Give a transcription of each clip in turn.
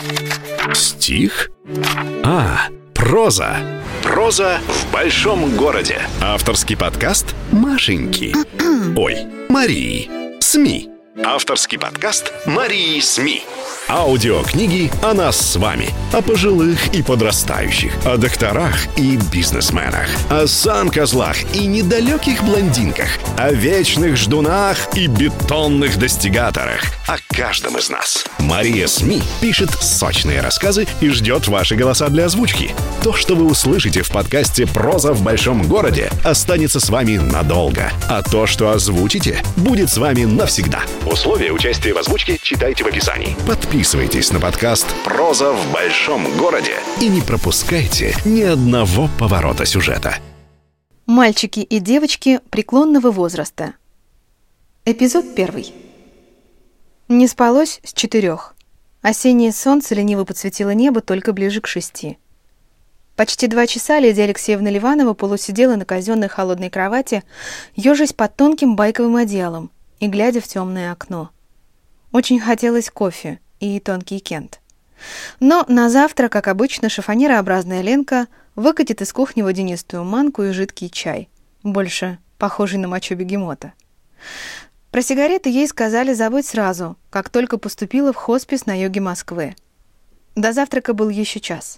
Стих? Проза. Проза в большом городе. Авторский подкаст Машеньки. Марии СМИ. Авторский подкаст Марии СМИ. Аудиокниги о нас с вами, о пожилых и подрастающих, о докторах и бизнесменах, о сан-козлах и недалеких блондинках, о вечных ждунах и бетонных достигаторах, о каждом из нас. Мария СМИ пишет сочные рассказы и ждет ваши голоса для озвучки. То, что вы услышите в подкасте «Проза в большом городе», останется с вами надолго, а то, что озвучите, будет с вами навсегда. Условия участия в озвучке читайте в описании. Подписывайтесь на подкаст «Проза в большом городе» и не пропускайте ни одного поворота сюжета. Мальчики и девочки преклонного возраста. Эпизод 1. Не спалось с 4. Осеннее солнце лениво подсветило небо только ближе к 6. Почти 2 часа Лидия Алексеевна Ливанова полусидела на казенной холодной кровати, ежась под тонким байковым одеялом и глядя в темное окно. Очень хотелось кофе и тонкий кент. Но на завтра, как обычно, шифонерообразная Ленка выкатит из кухни водянистую манку и жидкий чай, больше похожий на мочу бегемота. Про сигареты ей сказали забыть сразу, как только поступила в хоспис на юге Москвы. До завтрака был еще час.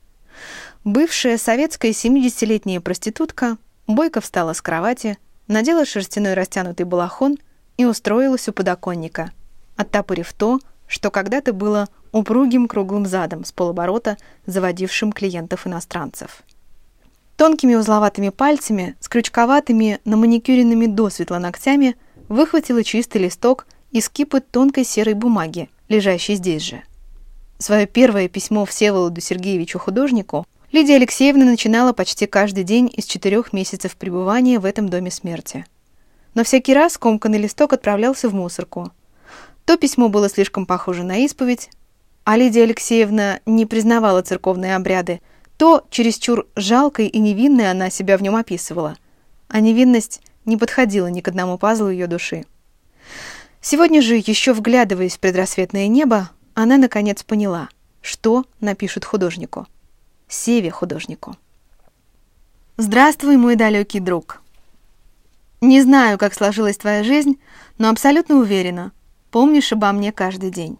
Бывшая советская 70-летняя проститутка бойко встала с кровати, надела шерстяной растянутый балахон и устроилась у подоконника, оттопырив то, что когда-то было упругим круглым задом с полоборота, заводившим клиентов-иностранцев. Тонкими узловатыми пальцами, с крючковатыми, наманикюренными досветла ногтями, выхватила чистый листок из кипы тонкой серой бумаги, лежащей здесь же. Свое первое письмо Всеволоду Сергеевичу художнику Лидия Алексеевна начинала почти каждый день из 4 месяцев пребывания в этом доме смерти. Но всякий раз скомканный листок отправлялся в мусорку. То письмо было слишком похоже на исповедь, а Лидия Алексеевна не признавала церковные обряды, то чересчур жалкой и невинной она себя в нем описывала, а невинность не подходила ни к одному пазлу ее души. Сегодня же, еще вглядываясь в предрассветное небо, она наконец поняла, что напишет художнику. Севе художнику. «Здравствуй, мой далекий друг. Не знаю, как сложилась твоя жизнь, но абсолютно уверена, помнишь обо мне каждый день.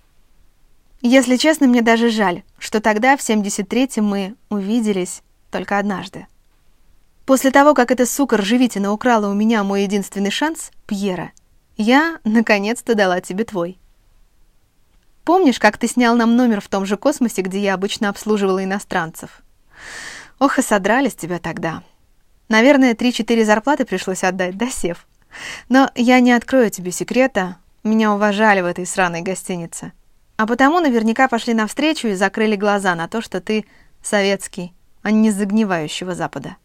Если честно, мне даже жаль, что тогда, в 73-м, мы увиделись только однажды. После того, как эта сука Ржевитина украла у меня мой единственный шанс, Пьера, я, наконец-то, дала тебе твой. Помнишь, как ты снял нам номер в том же космосе, где я обычно обслуживала иностранцев? Ох, и содрали с тебя тогда. Наверное, 3-4 зарплаты пришлось отдать, да, Сев? Но я не открою тебе секрета, меня уважали в этой сраной гостинице. А потому наверняка пошли навстречу и закрыли глаза на то, что ты советский, а не загнивающего Запада.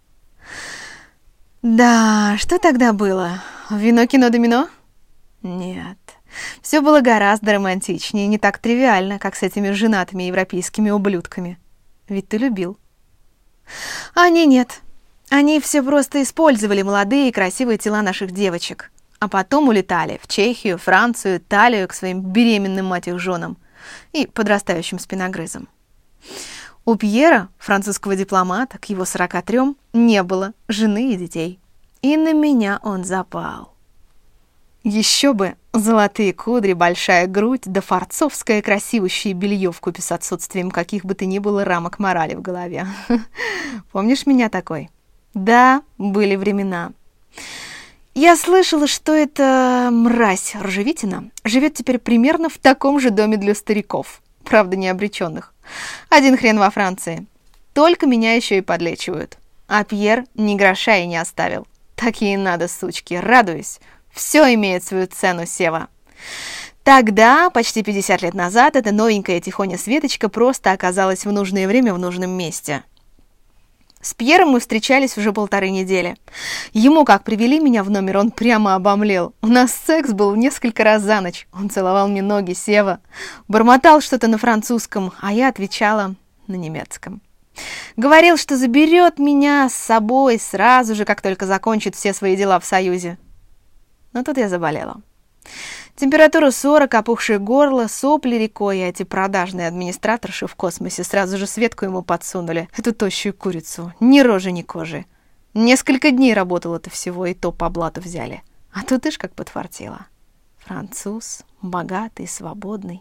Да, что тогда было? Вино, кино, домино? Нет. Все было гораздо романтичнее, не так тривиально, как с этими женатыми европейскими ублюдками. Ведь ты любил. Они нет. Они все просто использовали молодые и красивые тела наших девочек, а потом улетали в Чехию, Францию, Италию к своим беременным, мать их, женам и подрастающим спиногрызам. У Пьера, французского дипломата, к его 43 не было жены и детей. И на меня он запал. Еще бы золотые кудри, большая грудь, да фарцовское красивущее белье вкупе с отсутствием каких бы то ни было рамок морали в голове. Помнишь меня такой? Да, были времена. Я слышала, что эта мразь Ржевитина живет теперь примерно в таком же доме для стариков, правда не обреченных. Один хрен во Франции. Только меня еще и подлечивают. А Пьер ни гроша и не оставил. Такие надо, сучки, радуюсь. Все имеет свою цену, Сева. Тогда, почти 50 лет назад, эта новенькая тихоня Светочка просто оказалась в нужное время в нужном месте. С Пьером мы встречались уже 1,5 недели. Ему, как привели меня в номер, он прямо обомлел. У нас секс был несколько раз за ночь. Он целовал мне ноги, Сева. Бормотал что-то на французском, а я отвечала на немецком. Говорил, что заберет меня с собой сразу же, как только закончит все свои дела в Союзе. Но тут я заболела. Температура 40, опухшее горло, сопли рекой, а эти продажные администраторши в космосе сразу же Светку ему подсунули, эту тощую курицу, ни рожи, ни кожи. Несколько дней работала-то всего, и то по блату взяли. А тут ишь как подфартило. Француз, богатый, свободный.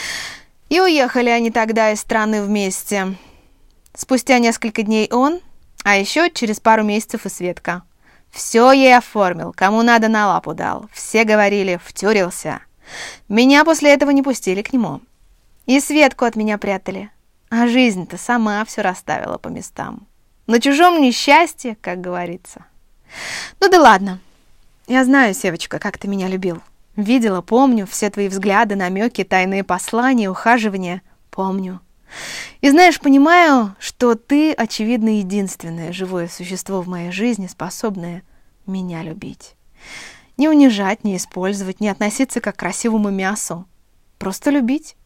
И уехали они тогда из страны вместе. Спустя несколько дней он, а еще через пару месяцев и Светка. Все ей оформил, кому надо на лапу дал. Все говорили, втюрился. Меня после этого не пустили к нему. И Светку от меня прятали. А жизнь-то сама все расставила по местам. На чужом несчастье, как говорится. Ну да ладно. Я знаю, Севочка, как ты меня любил. Видела, помню, все твои взгляды, намеки, тайные послания, ухаживания. Помню. И знаешь, понимаю, что ты, очевидно, единственное живое существо в моей жизни, способное меня любить. Не унижать, не использовать, не относиться как к красивому мясу. Просто любить.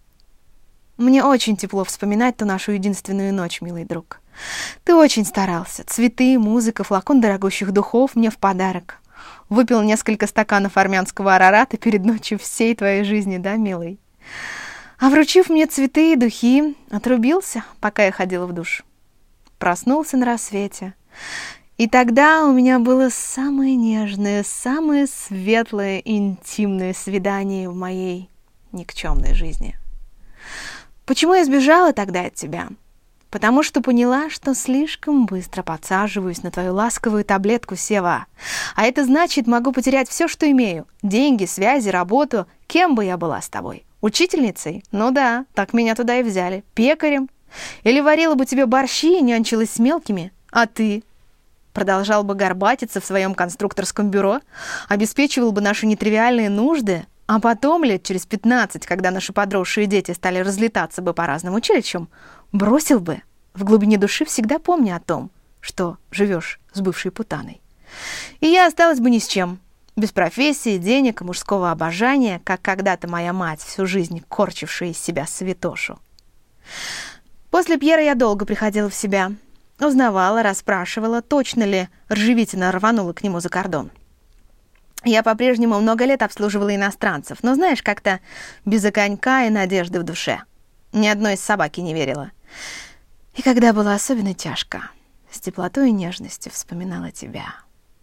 Мне очень тепло вспоминать ту нашу единственную ночь, милый друг. Ты очень старался. Цветы, музыка, флакон дорогущих духов мне в подарок. Выпил несколько стаканов армянского арарата перед ночью всей твоей жизни, да, милый? А вручив мне цветы и духи, отрубился, пока я ходила в душ. Проснулся на рассвете. И тогда у меня было самое нежное, самое светлое и интимное свидание в моей никчемной жизни. Почему я сбежала тогда от тебя? Потому что поняла, что слишком быстро подсаживаюсь на твою ласковую таблетку, Сева. А это значит, могу потерять все, что имею. Деньги, связи, работу. Кем бы я была с тобой? Учительницей? Ну да, так меня туда и взяли. Пекарем? Или варила бы тебе борщи и нянчилась с мелкими? А ты? Продолжал бы горбатиться в своем конструкторском бюро? Обеспечивал бы наши нетривиальные нужды? А потом, лет через 15, когда наши подросшие дети стали разлетаться бы по разным училищам, бросил бы, в глубине души всегда помня о том, что живешь с бывшей путаной. И я осталась бы ни с чем. Без профессии, денег и мужского обожания, как когда-то моя мать, всю жизнь корчившая из себя святошу. После Пьера я долго приходила в себя. Узнавала, расспрашивала, точно ли Ржевитина рванула к нему за кордон. Я по-прежнему много лет обслуживала иностранцев, но, знаешь, как-то без огонька и надежды в душе. Ни одной собаки не верила. И когда было особенно тяжко, с теплотой и нежностью вспоминала тебя.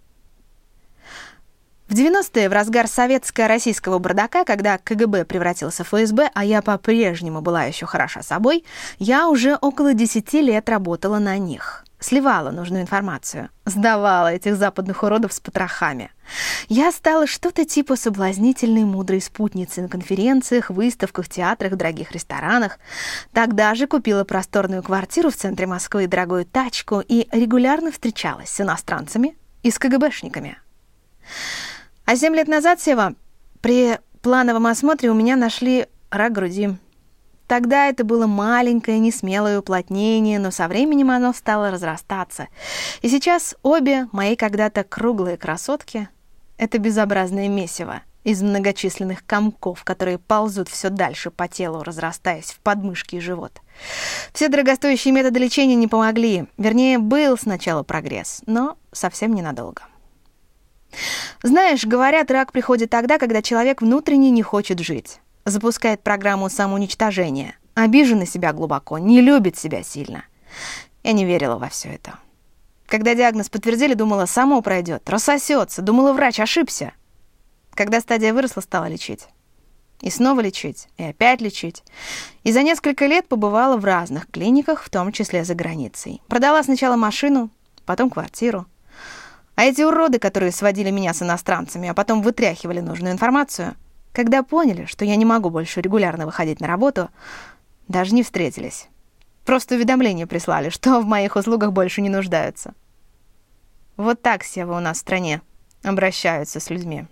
В 90-е, в разгар советско-российского бардака, когда КГБ превратился в ФСБ, а я по-прежнему была еще хороша собой, я уже около 10 лет работала на них. Сливала нужную информацию, сдавала этих западных уродов с потрохами. Я стала что-то типа соблазнительной мудрой спутницы на конференциях, выставках, театрах, дорогих ресторанах. Тогда же купила просторную квартиру в центре Москвы, дорогую тачку и регулярно встречалась с иностранцами и с КГБшниками. А 7 лет назад, Сева, при плановом осмотре у меня нашли рак груди. Тогда это было маленькое, несмелое уплотнение, но со временем оно стало разрастаться. И сейчас обе мои когда-то круглые красотки — это безобразное месиво из многочисленных комков, которые ползут все дальше по телу, разрастаясь в подмышки и живот. Все дорогостоящие методы лечения не помогли. Вернее, был сначала прогресс, но совсем ненадолго. Знаешь, говорят, рак приходит тогда, когда человек внутренне не хочет жить. Запускает программу самоуничтожения. Обижен на себя глубоко, не любит себя сильно. Я не верила во все это. Когда диагноз подтвердили, думала, само пройдет, рассосется. Думала, врач ошибся. Когда стадия выросла, стала лечить. И снова лечить, и опять лечить. И за несколько лет побывала в разных клиниках, в том числе за границей. Продала сначала машину, потом квартиру. А эти уроды, которые сводили меня с иностранцами, а потом вытряхивали нужную информацию, когда поняли, что я не могу больше регулярно выходить на работу, даже не встретились. Просто уведомление прислали, что в моих услугах больше не нуждаются. Вот так, Сева, у нас в стране обращаются с людьми.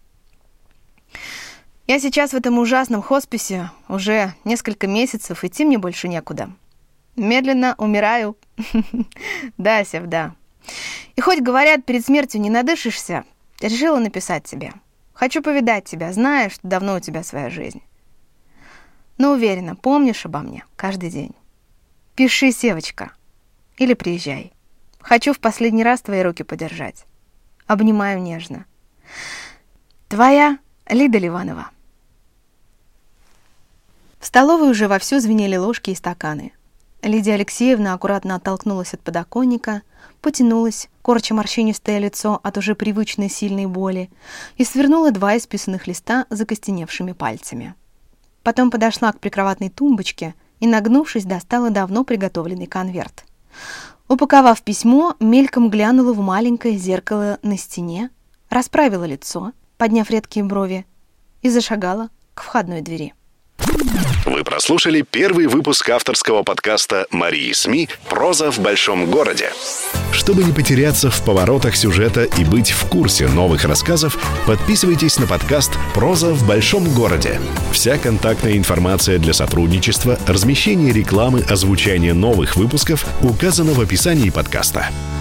Я сейчас в этом ужасном хосписе уже несколько месяцев, идти мне больше некуда. Медленно умираю. Да, Сев, да. И хоть, говорят, перед смертью не надышишься, решила написать тебе. Хочу повидать тебя, знаю, что давно у тебя своя жизнь. Но уверена, помнишь обо мне каждый день. Пиши, Севочка, или приезжай. Хочу в последний раз твои руки подержать. Обнимаю нежно. Твоя Лида Ливанова. В столовой уже вовсю звенели ложки и стаканы. Лидия Алексеевна аккуратно оттолкнулась от подоконника, потянулась, корча морщинистое лицо от уже привычной сильной боли, и свернула 2 исписанных листа закостеневшими пальцами. Потом подошла к прикроватной тумбочке и, нагнувшись, достала давно приготовленный конверт. Упаковав письмо, мельком глянула в маленькое зеркало на стене, расправила лицо, подняв редкие брови, и зашагала к входной двери. Вы прослушали первый выпуск авторского подкаста Марии СМИ «Проза в большом городе». Чтобы не потеряться в поворотах сюжета и быть в курсе новых рассказов, подписывайтесь на подкаст «Проза в большом городе». Вся контактная информация для сотрудничества, размещение рекламы, озвучание новых выпусков указана в описании подкаста.